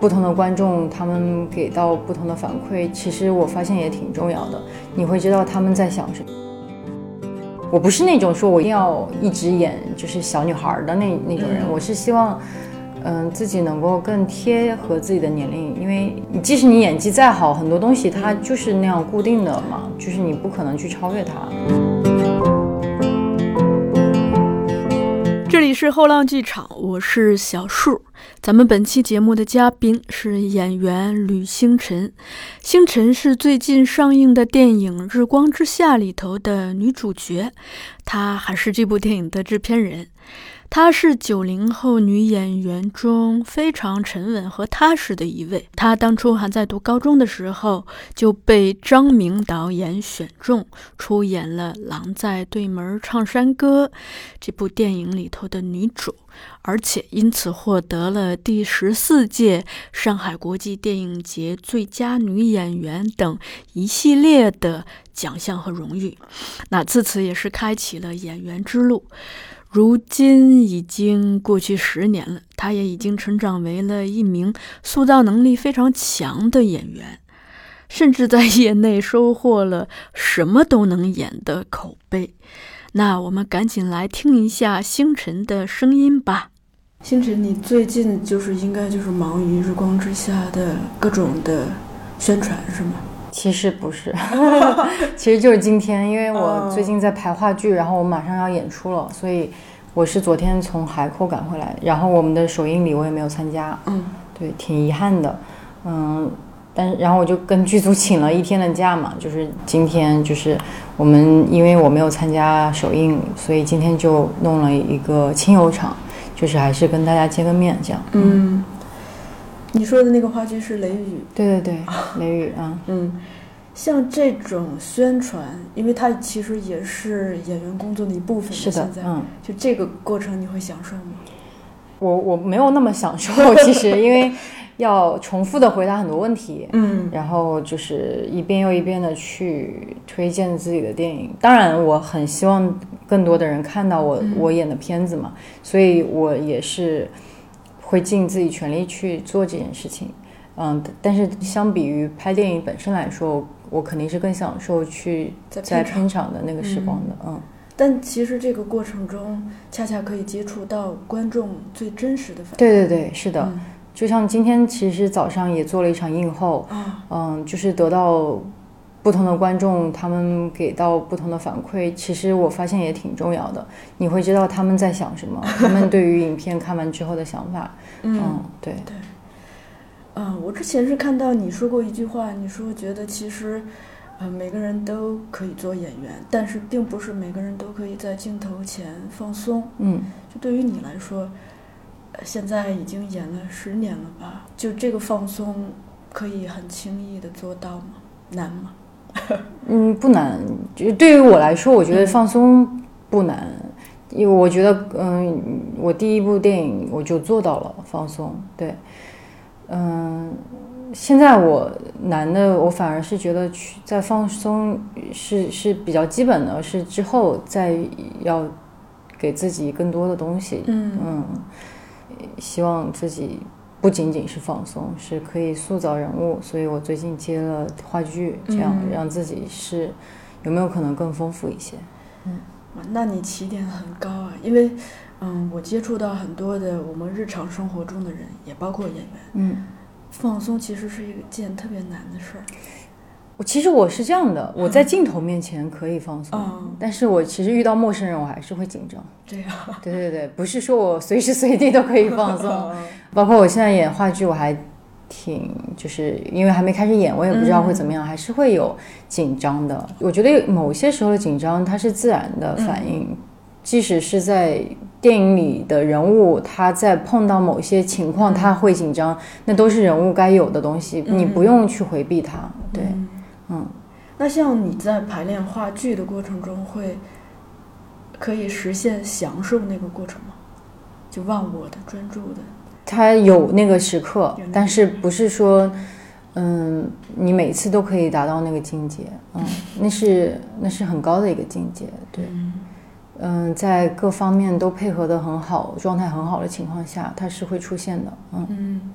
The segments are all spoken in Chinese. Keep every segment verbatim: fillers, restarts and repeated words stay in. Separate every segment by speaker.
Speaker 1: 不同的观众他们给到不同的反馈，其实我发现也挺重要的，你会知道他们在想什么。我不是那种说我一定要一直演就是小女孩的那那种人，我是希望嗯、呃、自己能够更贴合自己的年龄，因为你即使你演技再好，很多东西它就是那样固定的嘛，就是你不可能去超越它。
Speaker 2: 这里是后浪剧场，我是小树。咱们本期节目的嘉宾是演员吕星辰。星辰是最近上映的电影《日光之下》里头的女主角，她还是这部电影的制片人。她是九零后女演员中非常沉稳和踏实的一位。她当初还在读高中的时候就被张明导演选中，出演了《狼在对门唱山歌》这部电影里头的女主，而且因此获得了第十四届上海国际电影节最佳女演员等一系列的奖项和荣誉。那自此也是开启了演员之路。如今已经过去十年了，她也已经成长为了一名塑造能力非常强的演员，甚至在业内收获了什么都能演的口碑。那我们赶紧来听一下星辰的声音吧。星辰，你最近就是应该就是忙于日光之下的各种的宣传是吗？
Speaker 1: 其实不是其实就是今天，因为我最近在排话剧，然后我马上要演出了，所以我是昨天从海口赶回来，然后我们的首映礼我也没有参加，嗯，对，挺遗憾的，嗯，但然后我就跟剧组请了一天的假嘛，就是今天就是我们因为我没有参加首映，所以今天就弄了一个亲友场，就是还是跟大家见个面这样。
Speaker 2: 嗯，你说的那个话剧是雷雨？
Speaker 1: 对对对，雷雨啊。
Speaker 2: 嗯，像这种宣传，因为它其实也是演员工作的一部分。
Speaker 1: 是的，
Speaker 2: 现在
Speaker 1: 嗯，
Speaker 2: 就这个过程你会享受吗？
Speaker 1: 我我没有那么享受，其实因为要重复的回答很多问题，嗯，然后就是一遍又一遍的去推荐自己的电影。当然，我很希望更多的人看到我、嗯、我演的片子嘛，所以我也是会尽自己全力去做这件事情。嗯，但是相比于拍电影本身来说，我肯定是更享受去在片场的那个时光的。嗯，嗯
Speaker 2: 但其实这个过程中恰恰可以接触到观众最真实的反应。
Speaker 1: 对对对，是的。嗯，就像今天其实早上也做了一场映后，嗯，就是得到不同的观众他们给到不同的反馈，其实我发现也挺重要的，你会知道他们在想什么，他们对于影片看完之后的想法。嗯，嗯对
Speaker 2: 对。嗯，我之前是看到你说过一句话，你说觉得其实呃每个人都可以做演员，但是并不是每个人都可以在镜头前放松。嗯，就对于你来说，现在已经演了十年了吧，就这个放松可以很轻易的做到吗？难吗？
Speaker 1: 嗯，不难。就对于我来说，我觉得放松不难，嗯，因为我觉得嗯，我第一部电影我就做到了放松。对，嗯，现在我难的，我反而是觉得去在放松是是比较基本的，是之后再要给自己更多的东西。嗯嗯，希望自己不仅仅是放松，是可以塑造人物，所以我最近接了话剧，这样让自己是有没有可能更丰富一些。嗯，
Speaker 2: 那你起点很高啊，因为嗯，我接触到很多的我们日常生活中的人，也包括演员。嗯，放松其实是一件特别难的事儿。
Speaker 1: 我其实我是这样的，我在镜头面前可以放松，嗯，但是我其实遇到陌生人我还是会紧张。
Speaker 2: 这样？
Speaker 1: 对对对，不是说我随时随地都可以放松。包括我现在演话剧，我还挺就是因为还没开始演，我也不知道会怎么样，嗯，还是会有紧张的。我觉得某些时候的紧张它是自然的反应，嗯，即使是在电影里的人物他在碰到某些情况他会紧张，那都是人物该有的东西，你不用去回避它。对，嗯，
Speaker 2: 嗯，那像你在排练话剧的过程中，会可以实现享受那个过程吗？就忘我的、专注的。
Speaker 1: 它有那个时刻，但是不是说，嗯，你每次都可以达到那个境界。嗯，那是那是很高的一个境界。对，嗯，在各方面都配合得很好，状态很好的情况下，它是会出现的。嗯，
Speaker 2: 嗯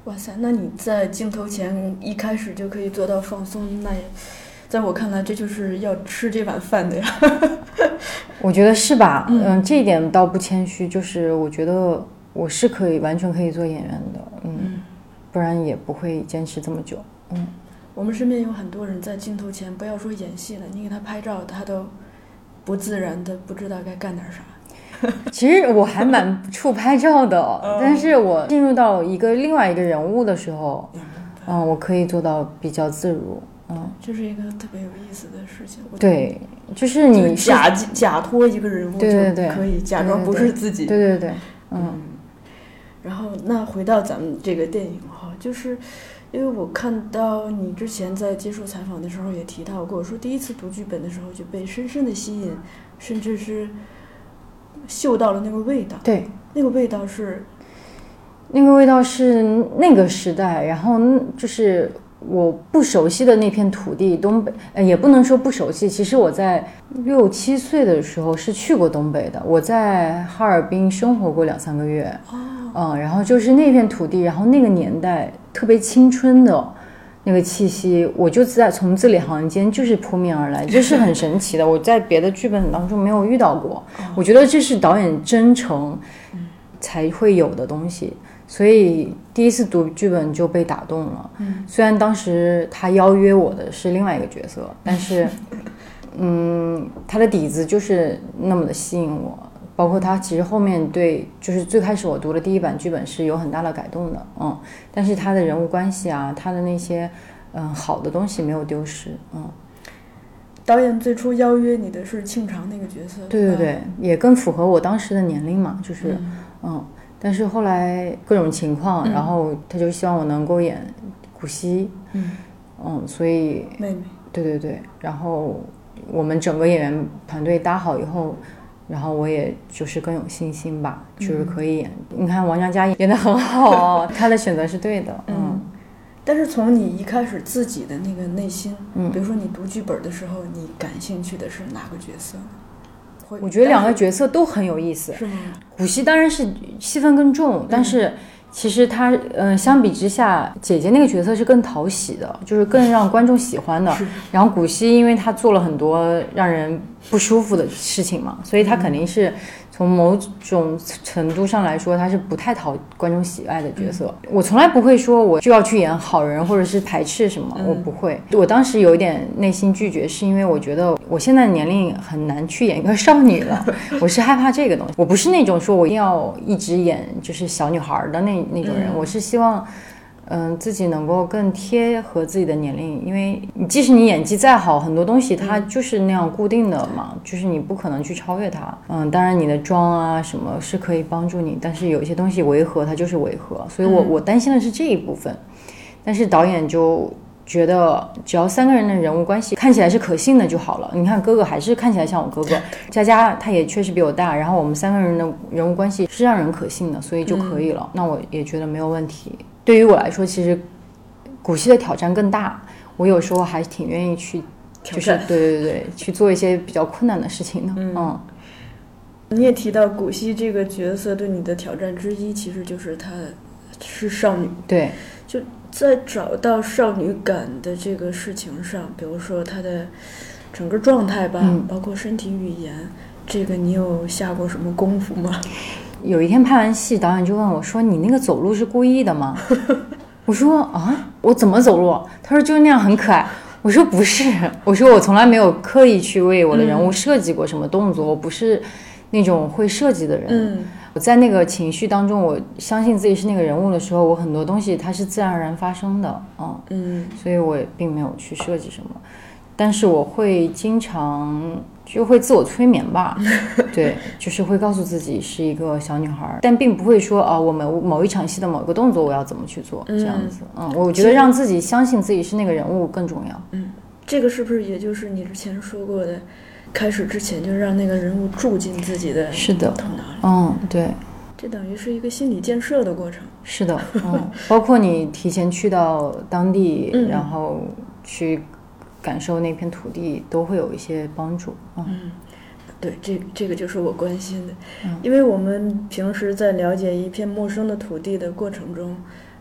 Speaker 2: 哇塞，那你在镜头前一开始就可以做到放松，那也在我看来这就是要吃这碗饭的呀。
Speaker 1: 我觉得是吧？嗯, 嗯，这一点倒不谦虚，就是我觉得我是可以完全可以做演员的， 嗯, 嗯，不然也不会坚持这么久。嗯，
Speaker 2: 我们身边有很多人在镜头前，不要说演戏了，你给他拍照他都不自然的，不知道该干点啥。
Speaker 1: 其实我还蛮怵拍照的，但是我进入到一个另外一个人物的时候，嗯，我可以做到比较自如。嗯，
Speaker 2: 这是一个特别有意思的事情。
Speaker 1: 对，就是你
Speaker 2: 是假假托一个人物，
Speaker 1: 对对对，
Speaker 2: 可以假装不是自己。
Speaker 1: 对对 对, 对, 对，嗯。
Speaker 2: 然后那回到咱们这个电影哈，就是因为我看到你之前在接受采访的时候也提到过，说第一次读剧本的时候就被深深的吸引，甚至是嗅到了那个味道。
Speaker 1: 对，
Speaker 2: 那个味道是
Speaker 1: 那个味道是那个时代，然后就是我不熟悉的那片土地，东北，呃，也不能说不熟悉。其实我在六七岁的时候是去过东北的，我在哈尔滨生活过两三个月。
Speaker 2: 哦，
Speaker 1: 嗯，然后就是那片土地，然后那个年代特别青春的那个气息，我就在从字里行间就是扑面而来，这是很神奇的。我在别的剧本当中没有遇到过，我觉得这是导演真诚才会有的东西。所以第一次读剧本就被打动了。
Speaker 2: 嗯，
Speaker 1: 虽然当时他邀约我的是另外一个角色，但是，嗯，他的底子就是那么的吸引我。包括他其实后面对，就是最开始我读的第一版剧本是有很大的改动的，嗯，但是他的人物关系啊，他的那些嗯好的东西没有丢失，嗯。
Speaker 2: 导演最初邀约你的是庆长那个角色，
Speaker 1: 对对对，也更符合我当时的年龄嘛，就是，嗯。嗯，但是后来各种情况，然后他就希望我能够演古希，
Speaker 2: 嗯
Speaker 1: 嗯，所以
Speaker 2: 妹妹，
Speaker 1: 对对对，然后我们整个演员团队搭好以后，然后我也就是更有信心吧，就是可以演。嗯、你看王佳佳演得很好，她的选择是对的，嗯。
Speaker 2: 嗯，但是从你一开始自己的那个内心，
Speaker 1: 嗯，
Speaker 2: 比如说你读剧本的时候，你感兴趣的是哪个角色？
Speaker 1: 我觉得两个角色都很有意思。
Speaker 2: 是吗？
Speaker 1: 古希当然是戏份更重，但是其实他嗯、呃，相比之下，姐姐那个角色是更讨喜的，就是更让观众喜欢的。然后古希因为她做了很多让人不舒服的事情嘛，所以她肯定是从某种程度上来说，她是不太讨观众喜爱的角色。嗯、我从来不会说我就要去演好人或者是排斥什么，嗯、我不会。我当时有一点内心拒绝，是因为我觉得我现在的年龄很难去演一个少女了，我是害怕这个东西。我不是那种说我一定要一直演就是小女孩的那那种人，嗯、我是希望。嗯，自己能够更贴合自己的年龄，因为你即使你演技再好，很多东西它就是那样固定的嘛，嗯、就是你不可能去超越它。嗯，当然你的妆啊什么是可以帮助你，但是有一些东西违和，它就是违和，所以我、嗯、我担心的是这一部分。但是导演就觉得只要三个人的人物关系看起来是可信的就好了。你看哥哥还是看起来像我哥哥，佳佳他也确实比我大，然后我们三个人的人物关系是让人可信的，所以就可以了。嗯、那我也觉得没有问题。对于我来说，其实古希的挑战更大，我有时候还挺愿意去，就是对对对，去做一些比较困难的事情的。嗯，嗯
Speaker 2: 你也提到古希这个角色对你的挑战之一，其实就是她是少女。
Speaker 1: 对，
Speaker 2: 就在找到少女感的这个事情上，比如说她的整个状态吧，嗯、包括身体语言，这个你有下过什么功夫吗？
Speaker 1: 有一天拍完戏，导演就问我说：“你那个走路是故意的吗？”我说：“啊，我怎么走路？”他说：“就是那样很可爱。”我说：“不是，我说我从来没有刻意去为我的人物设计过什么动作，嗯、我不是那种会设计的人。
Speaker 2: 嗯、
Speaker 1: 我在那个情绪当中，我相信自己是那个人物的时候，我很多东西它是自然而然发生的，嗯
Speaker 2: 嗯，
Speaker 1: 所以我也并没有去设计什么，但是我会经常。就会自我催眠吧，对，就是会告诉自己是一个小女孩，但并不会说啊，我们某一场戏的某一个动作我要怎么去做，这样子，嗯，我觉得让自己相信自己是那个人物更重要。
Speaker 2: 嗯，这个是不是也就是你之前说过的，开始之前就让那个人物住进自己的
Speaker 1: 是的
Speaker 2: 头脑里？
Speaker 1: 嗯，对，
Speaker 2: 这等于是一个心理建设的过程。
Speaker 1: 是的，嗯，包括你提前去到当地，嗯、然后去。感受那片土地都会有一些帮助。嗯，
Speaker 2: 嗯对，这这个就是我关心的，
Speaker 1: 嗯、
Speaker 2: 因为我们平时在了解一片陌生的土地的过程中，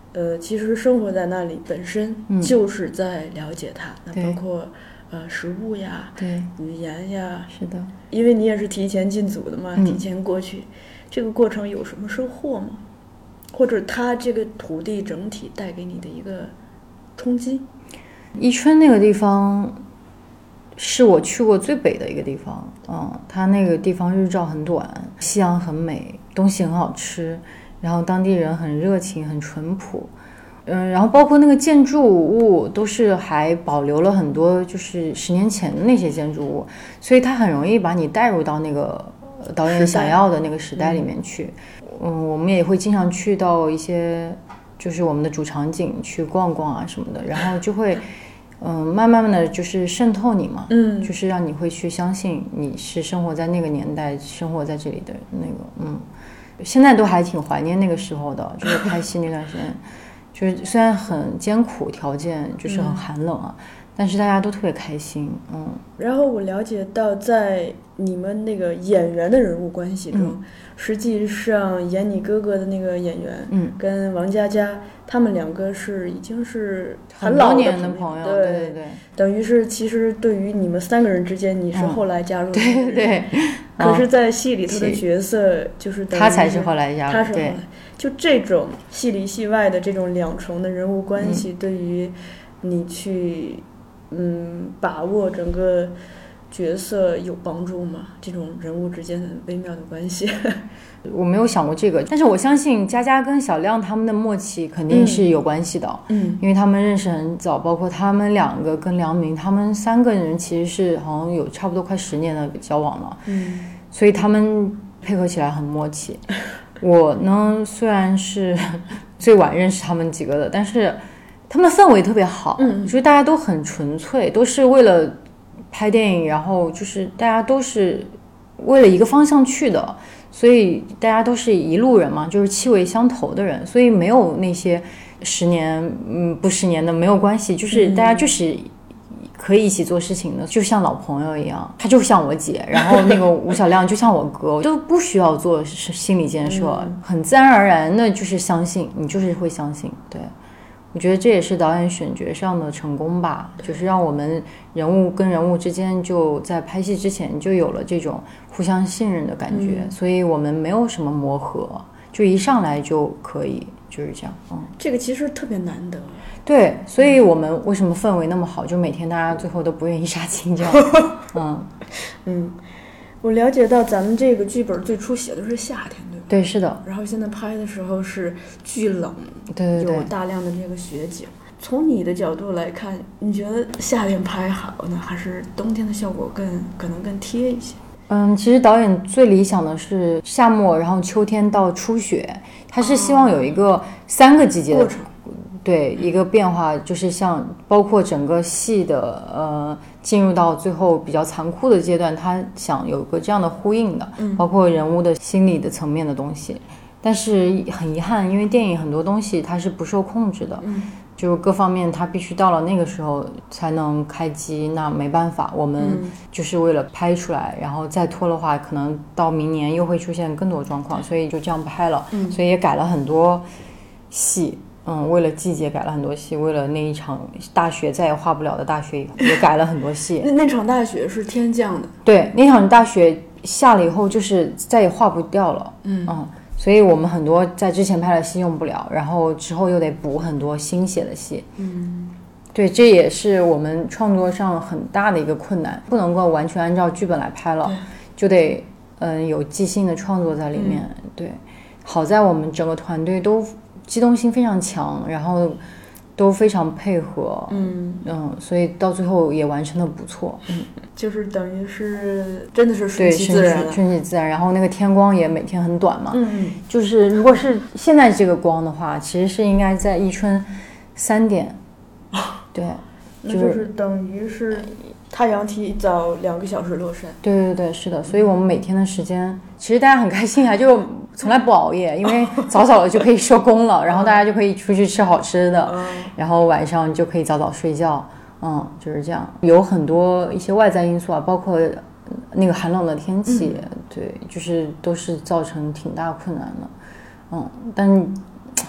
Speaker 2: 呃，其实生活在那里本身就是在了解它，嗯、那包括呃食物呀，
Speaker 1: 对，
Speaker 2: 语言呀，
Speaker 1: 是的，
Speaker 2: 因为你也是提前进组的嘛，
Speaker 1: 嗯、
Speaker 2: 提前过去，这个过程有什么收获吗？或者它这个土地整体带给你的一个冲击？
Speaker 1: 伊春那个地方是我去过最北的一个地方，嗯，它那个地方日照很短，夕阳很美，东西很好吃，然后当地人很热情，很淳朴，嗯，然后包括那个建筑物都是还保留了很多就是十年前的那些建筑物，所以它很容易把你带入到那个导演想要的那个时代里面去。嗯，我们也会经常去到一些就是我们的主场景去逛逛啊什么的，然后就会嗯，慢慢的就是渗透你嘛，
Speaker 2: 嗯，
Speaker 1: 就是让你会去相信你是生活在那个年代，生活在这里的那个，嗯，现在都还挺怀念那个时候的，就是拍戏那段时间，就是虽然很艰苦，条件就是很寒冷啊，嗯、但是大家都特别开心，嗯。
Speaker 2: 然后我了解到，在你们那个演员的人物关系中，嗯、实际上演你哥哥的那个演员，
Speaker 1: 嗯，
Speaker 2: 跟王佳佳。他们两个是已经是
Speaker 1: 很
Speaker 2: 老
Speaker 1: 年的
Speaker 2: 朋友，
Speaker 1: 对对对，
Speaker 2: 等于是其实对于你们三个人之间，你是后来加入的、
Speaker 1: 嗯，对对。
Speaker 2: 可是，在戏里头的角色就是等于
Speaker 1: 他才是后来加入，
Speaker 2: 他是后来。就这种戏里戏外的这种两重的人物关系，
Speaker 1: 嗯、
Speaker 2: 对于你去嗯把握整个角色有帮助吗？这种人物之间的微妙的关系。
Speaker 1: 我没有想过这个，但是我相信佳佳跟小亮他们的默契肯定是有关系的，
Speaker 2: 嗯，
Speaker 1: 因为他们认识很早，包括他们两个跟梁明，他们三个人其实是好像有差不多快十年的交往了，
Speaker 2: 嗯，
Speaker 1: 所以他们配合起来很默契。我呢，虽然是最晚认识他们几个的，但是他们的氛围特别好，
Speaker 2: 嗯，
Speaker 1: 就是大家都很纯粹，都是为了拍电影，然后就是大家都是为了一个方向去的。所以大家都是一路人嘛，就是气味相投的人，所以没有那些十年嗯不十年的没有关系，就是大家就是可以一起做事情的，就像老朋友一样。他就像我姐，然后那个吴小亮就像我哥，都不需要做心理建设，很自然而然的就是相信，你就是会相信。对，我觉得这也是导演选角上的成功吧，就是让我们人物跟人物之间就在拍戏之前就有了这种互相信任的感觉，嗯、所以我们没有什么磨合，就一上来就可以，就是这样。嗯，
Speaker 2: 这个其实特别难得。
Speaker 1: 对，所以我们为什么氛围那么好，就每天大家最后都不愿意杀青这样。嗯
Speaker 2: 嗯，我了解到咱们这个剧本最初写的是夏天，对吧？
Speaker 1: 对，是的。
Speaker 2: 然后现在拍的时候是巨冷，
Speaker 1: 对对对，
Speaker 2: 有大量的这个雪景。从你的角度来看，你觉得夏天拍好呢，还是冬天的效果更可能更贴一些？
Speaker 1: 嗯，其实导演最理想的是夏末，然后秋天到初雪，他是希望有一个三个季节的
Speaker 2: 过程。
Speaker 1: 对，一个变化，就是像包括整个戏的呃进入到最后比较残酷的阶段，他想有个这样的呼应的，
Speaker 2: 嗯，
Speaker 1: 包括人物的心理的层面的东西。但是很遗憾，因为电影很多东西它是不受控制的，
Speaker 2: 嗯，
Speaker 1: 就各方面它必须到了那个时候才能开机，那没办法，我们就是为了拍出来，然后再拖的话，可能到明年又会出现更多状况，所以就这样拍了，
Speaker 2: 嗯，
Speaker 1: 所以也改了很多戏。嗯，为了季节改了很多戏，为了那一场大雪再也化不了的大雪也改了很多戏。
Speaker 2: 那那场大雪是天降的？
Speaker 1: 对，那场大雪下了以后就是再也化不掉了。
Speaker 2: 嗯
Speaker 1: 嗯，所以我们很多在之前拍的戏用不了，然后之后又得补很多新写的戏。
Speaker 2: 嗯，
Speaker 1: 对，这也是我们创作上很大的一个困难，不能够完全按照剧本来拍了，就得嗯有即兴的创作在里面。嗯、对，好在我们整个团队都机动性非常强，然后都非常配合，
Speaker 2: 嗯
Speaker 1: 嗯，所以到最后也完成的不错，嗯，
Speaker 2: 就是等于是真的是顺其自然，
Speaker 1: 对，顺其自然。然后那个天光也每天很短嘛，
Speaker 2: 嗯，
Speaker 1: 就是如果是现在这个光的话，其实是应该在伊春三点，对，
Speaker 2: 那就是等于是太阳提早两个小时落山。
Speaker 1: 对对对，是的，所以我们每天的时间，其实大家很开心啊，就从来不熬夜，因为早早的就可以收工了，然后大家就可以出去吃好吃的，然后晚上就可以早早睡觉，嗯，就是这样。有很多一些外在因素啊，包括那个寒冷的天气，嗯、对，就是都是造成挺大困难的，嗯，但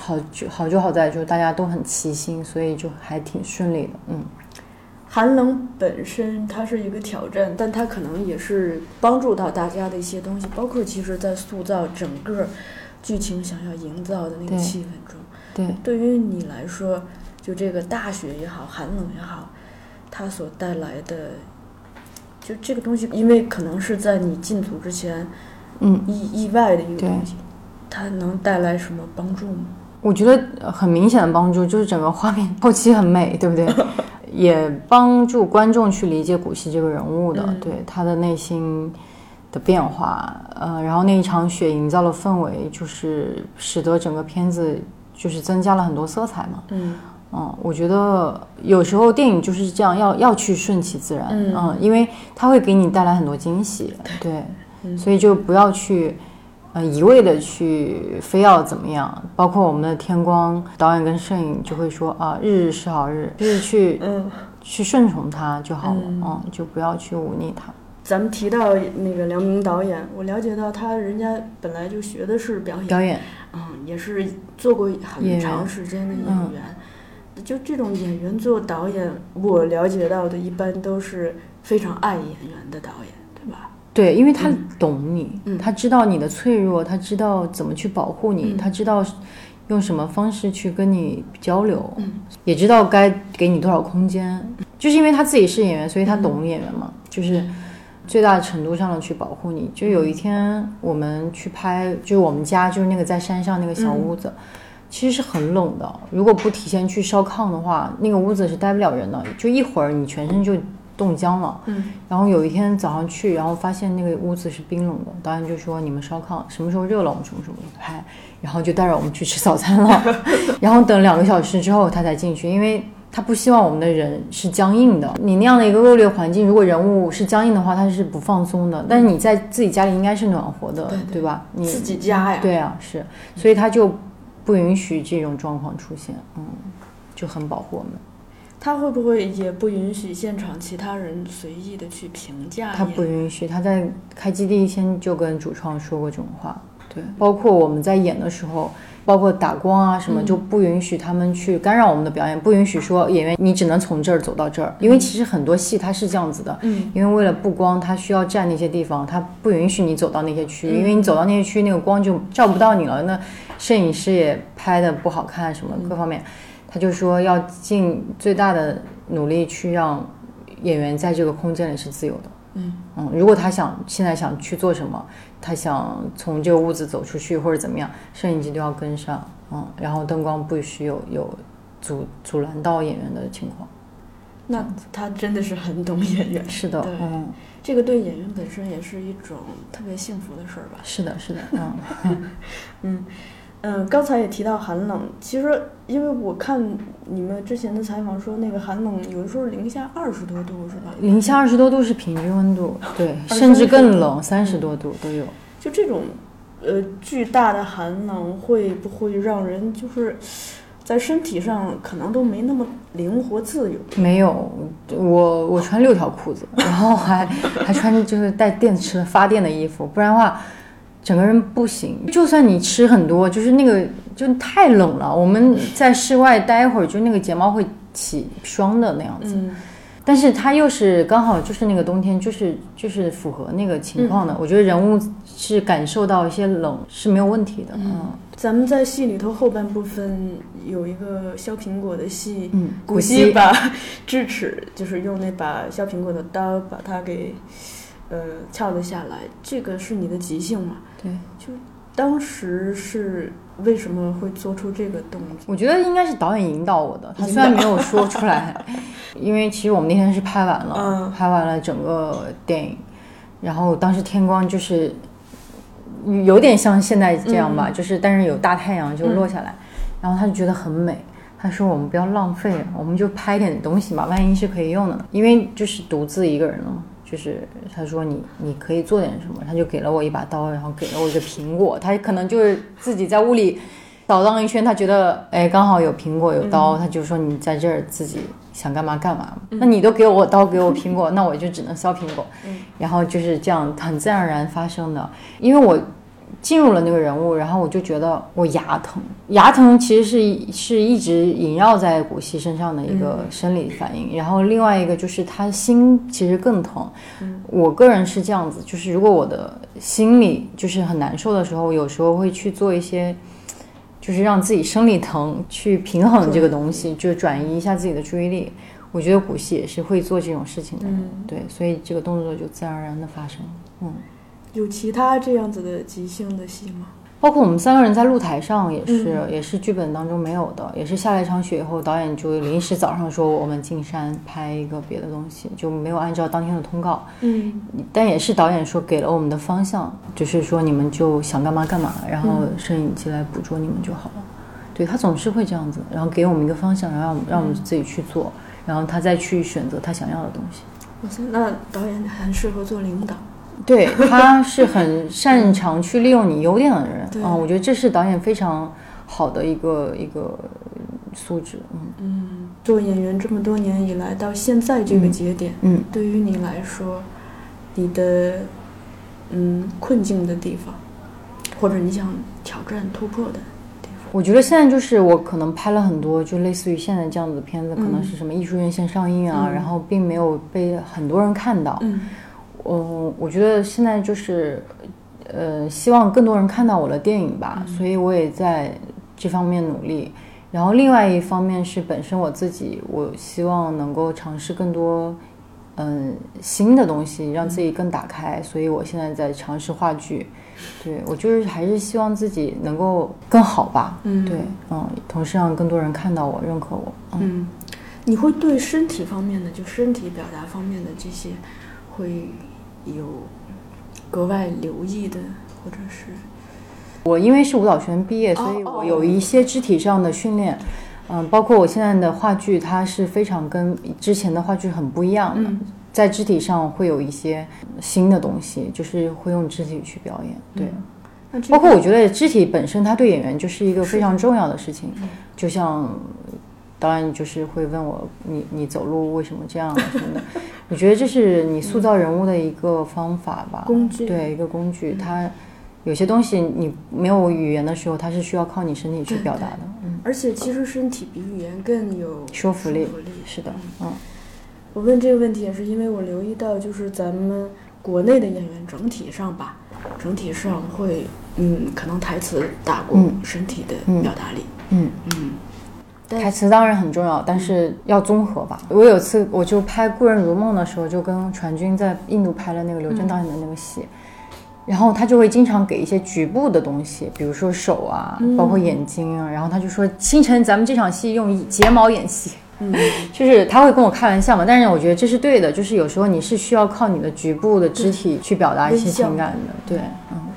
Speaker 1: 好就好就好在就大家都很齐心，所以就还挺顺利的。嗯，
Speaker 2: 寒冷本身它是一个挑战，但它可能也是帮助到大家的一些东西，包括其实在塑造整个剧情想要营造的那个气氛中。
Speaker 1: 对，
Speaker 2: 对于你来说，就这个大雪也好，寒冷也好，它所带来的，就这个东西，因为可能是在你进组之前，
Speaker 1: 嗯，
Speaker 2: 意意外的一个东西，它能带来什么帮助吗？
Speaker 1: 我觉得很明显的帮助就是整个画面后期很美，对不对？也帮助观众去理解古希这个人物的，嗯、对他的内心的变化，呃，然后那一场雪营造了氛围，就是使得整个片子就是增加了很多色彩嘛。嗯嗯，我觉得有时候电影就是这样，要要去顺其自然，嗯, 嗯，因为它会给你带来很多惊喜，对，对嗯、所以就不要去。呃，一味的去非要怎么样，包括我们的天光导演跟摄影就会说啊，日日是好日，就是去嗯去顺从它就好了，嗯, 嗯，就不要去忤逆它。
Speaker 2: 咱们提到那个梁明导演，我了解到他人家本来就学的是表演，
Speaker 1: 表演，
Speaker 2: 嗯，也是做过很长时间的演员。嗯、就这种演员做导演，我了解到的一般都是非常爱演员的导演，对吧？
Speaker 1: 对，因为他懂你、嗯、他知道你的脆弱，他知道怎么去保护你、嗯、他知道用什么方式去跟你交流、嗯、也知道该给你多少空间、嗯、就是因为他自己是演员，所以他懂演员嘛、嗯、就是最大程度上的去保护你。就有一天我们去拍，就是我们家就是那个在山上那个小屋子、嗯、其实是很冷的，如果不提前去烧炕的话，那个屋子是待不了人的，就一会儿你全身就冻僵了，嗯，然后有一天早上去，然后发现那个屋子是冰冷的，导演就说你们烧炕，什么时候热了我们什么时候拍，然后就带着我们去吃早餐了，然后等两个小时之后他才进去，因为他不希望我们的人是僵硬的，你那样的一个恶劣环境，如果人物是僵硬的话，他是不放松的，但是你在自己家里应该是暖和的， 对, 对, 对吧？你
Speaker 2: 自己家呀，
Speaker 1: 对啊，是，所以他就不允许这种状况出现，嗯，就很保护我们。
Speaker 2: 他会不会也不允许现场其他人随意的去评价？
Speaker 1: 他不允许，他在开机第一天就跟主创说过这种话。对，包括我们在演的时候，包括打光啊什么，就不允许他们去干扰我们的表演，不允许说演员你只能从这儿走到这儿，因为其实很多戏它是这样子的，嗯，因为为了布光，它需要占那些地方，它不允许你走到那些区域，因为你走到那些区域，那个光就照不到你了，那摄影师也拍的不好看，什么各方面。他就说要尽最大的努力去让演员在这个空间里是自由的。嗯嗯，如果他想现在想去做什么，他想从这个屋子走出去或者怎么样，摄影机都要跟上。嗯，然后灯光不许有有阻阻拦到演员的情况。
Speaker 2: 那他真的是很懂演员。
Speaker 1: 是的，嗯，
Speaker 2: 这个对演员本身也是一种特别幸福的事儿吧？
Speaker 1: 是的，是的，嗯
Speaker 2: 嗯。嗯，刚才也提到寒冷，其实因为我看你们之前的采访说，那个寒冷有的时候零下二十多度是吧？
Speaker 1: 零下二十多度是平均温度，对，甚至更冷，三十多度都有。
Speaker 2: 就这种，呃，巨大的寒冷会不会让人就是在身体上可能都没那么灵活自由？
Speaker 1: 没有，我我穿六条裤子，然后还还穿就是带电池发电的衣服，不然的话。整个人不行，就算你吃很多，就是那个就太冷了。我们在室外待一会儿，就那个睫毛会起霜的那样子。嗯、但是它又是刚好就是那个冬天，就是就是符合那个情况的。嗯、我觉得人物是感受到一些冷是没有问题的。嗯，嗯
Speaker 2: 咱们在戏里头后半部分有一个削苹果的戏，
Speaker 1: 嗯，
Speaker 2: 古希把智齿就是用那把削苹果的刀把它给。呃，撬了下来，这个是你的即兴嘛？
Speaker 1: 对，
Speaker 2: 就当时是为什么会做出这个动作？
Speaker 1: 我觉得应该是导演引导我的，他虽然没有说出来，因为其实我们那天是拍完了，嗯、拍完了整个电影，然后当时天光就是有点像现在这样吧，嗯、就是但是有大太阳就落下来，嗯、然后他就觉得很美。他说我们不要浪费，我们就拍点东西吧，万一是可以用的，因为就是独自一个人了嘛。就是他说你你可以做点什么，他就给了我一把刀，然后给了我一个苹果，他可能就是自己在屋里扫荡一圈，他觉得哎刚好有苹果有刀，嗯、他就说你在这儿自己想干嘛干嘛，嗯、那你都给我刀给我苹果，那我就只能削苹果，嗯、然后就是这样很自然而然发生的。因为我进入了那个人物，然后我就觉得我牙疼，牙疼其实是是一直萦绕在古希身上的一个生理反应，嗯、然后另外一个就是他心其实更疼。嗯、我个人是这样子，就是如果我的心里就是很难受的时候，有时候会去做一些，就是让自己生理疼去平衡这个东西，就转移一下自己的注意力。我觉得古希也是会做这种事情的，嗯、对，所以这个动作就自然而然的发生。嗯。
Speaker 2: 有其他这样子的即兴的戏吗？
Speaker 1: 包括我们三个人在露台上也是、嗯、也是剧本当中没有的，也是下了一场雪以后，导演就临时早上说我们进山拍一个别的东西，就没有按照当天的通告。嗯，但也是导演说给了我们的方向，就是说你们就想干嘛干嘛，然后摄影机来捕捉你们就好了。嗯、对，他总是会这样子，然后给我们一个方向，然后让我们让我们自己去做，然后他再去选择他想要的东西。
Speaker 2: 哇塞，那导演很适合做领导。
Speaker 1: 对，他是很擅长去利用你优点的人啊、嗯，我觉得这是导演非常好的一个一个素质。嗯
Speaker 2: 嗯，做演员这么多年以来，到现在这个节点，嗯，嗯对于你来说，你的嗯困境的地方，或者你想挑战突破的地方，
Speaker 1: 我觉得现在就是我可能拍了很多，就类似于现在这样子的片子，嗯、可能是什么艺术院线上映啊，嗯、然后并没有被很多人看到。嗯。嗯，我觉得现在就是，呃，希望更多人看到我的电影吧，嗯、所以我也在这方面努力。然后另外一方面是本身我自己，我希望能够尝试更多，嗯、呃，新的东西，让自己更打开。嗯、所以我现在在尝试话剧，对我就是还是希望自己能够更好吧。嗯，对，嗯，同时让更多人看到我，认可我。嗯，
Speaker 2: 嗯你会对身体方面的，就身体表达方面的这些，会有格外留意的，或者是
Speaker 1: 我因为是舞蹈学院毕业，所以我有一些肢体上的训练，嗯、呃，包括我现在的话剧，它是非常跟之前的话剧很不一样的，嗯、在肢体上会有一些新的东西，就是会用肢体去表演，对。嗯、包括我觉得肢体本身，它对演员就是一个非常重要的事情，就像。导演就是会问我，你你走路为什么这样什么的？我觉得这是你塑造人物的一个方法吧，
Speaker 2: 工具，
Speaker 1: 对，一个工具。它有些东西你没有语言的时候，它是需要靠你身体去表达的。
Speaker 2: 嗯，而且其实身体比语言更有
Speaker 1: 说服力。是的，嗯。
Speaker 2: 我问这个问题也是因为我留意到，就是咱们国内的演员整体上吧，整体上会，嗯，可能台词大过身体的表达力。嗯嗯。嗯
Speaker 1: 台词当然很重要，但是要综合吧。我有次我就拍《故人如梦》的时候，就跟传君在印度拍了那个刘震导演的那个戏，嗯、然后他就会经常给一些局部的东西，比如说手啊，嗯、包括眼睛啊，然后他就说：“星辰，咱们这场戏用睫毛演戏。”嗯，就是他会跟我开玩笑嘛，但是我觉得这是对的，就是有时候你是需要靠你的局部的肢体去表达一些情感的，对，嗯。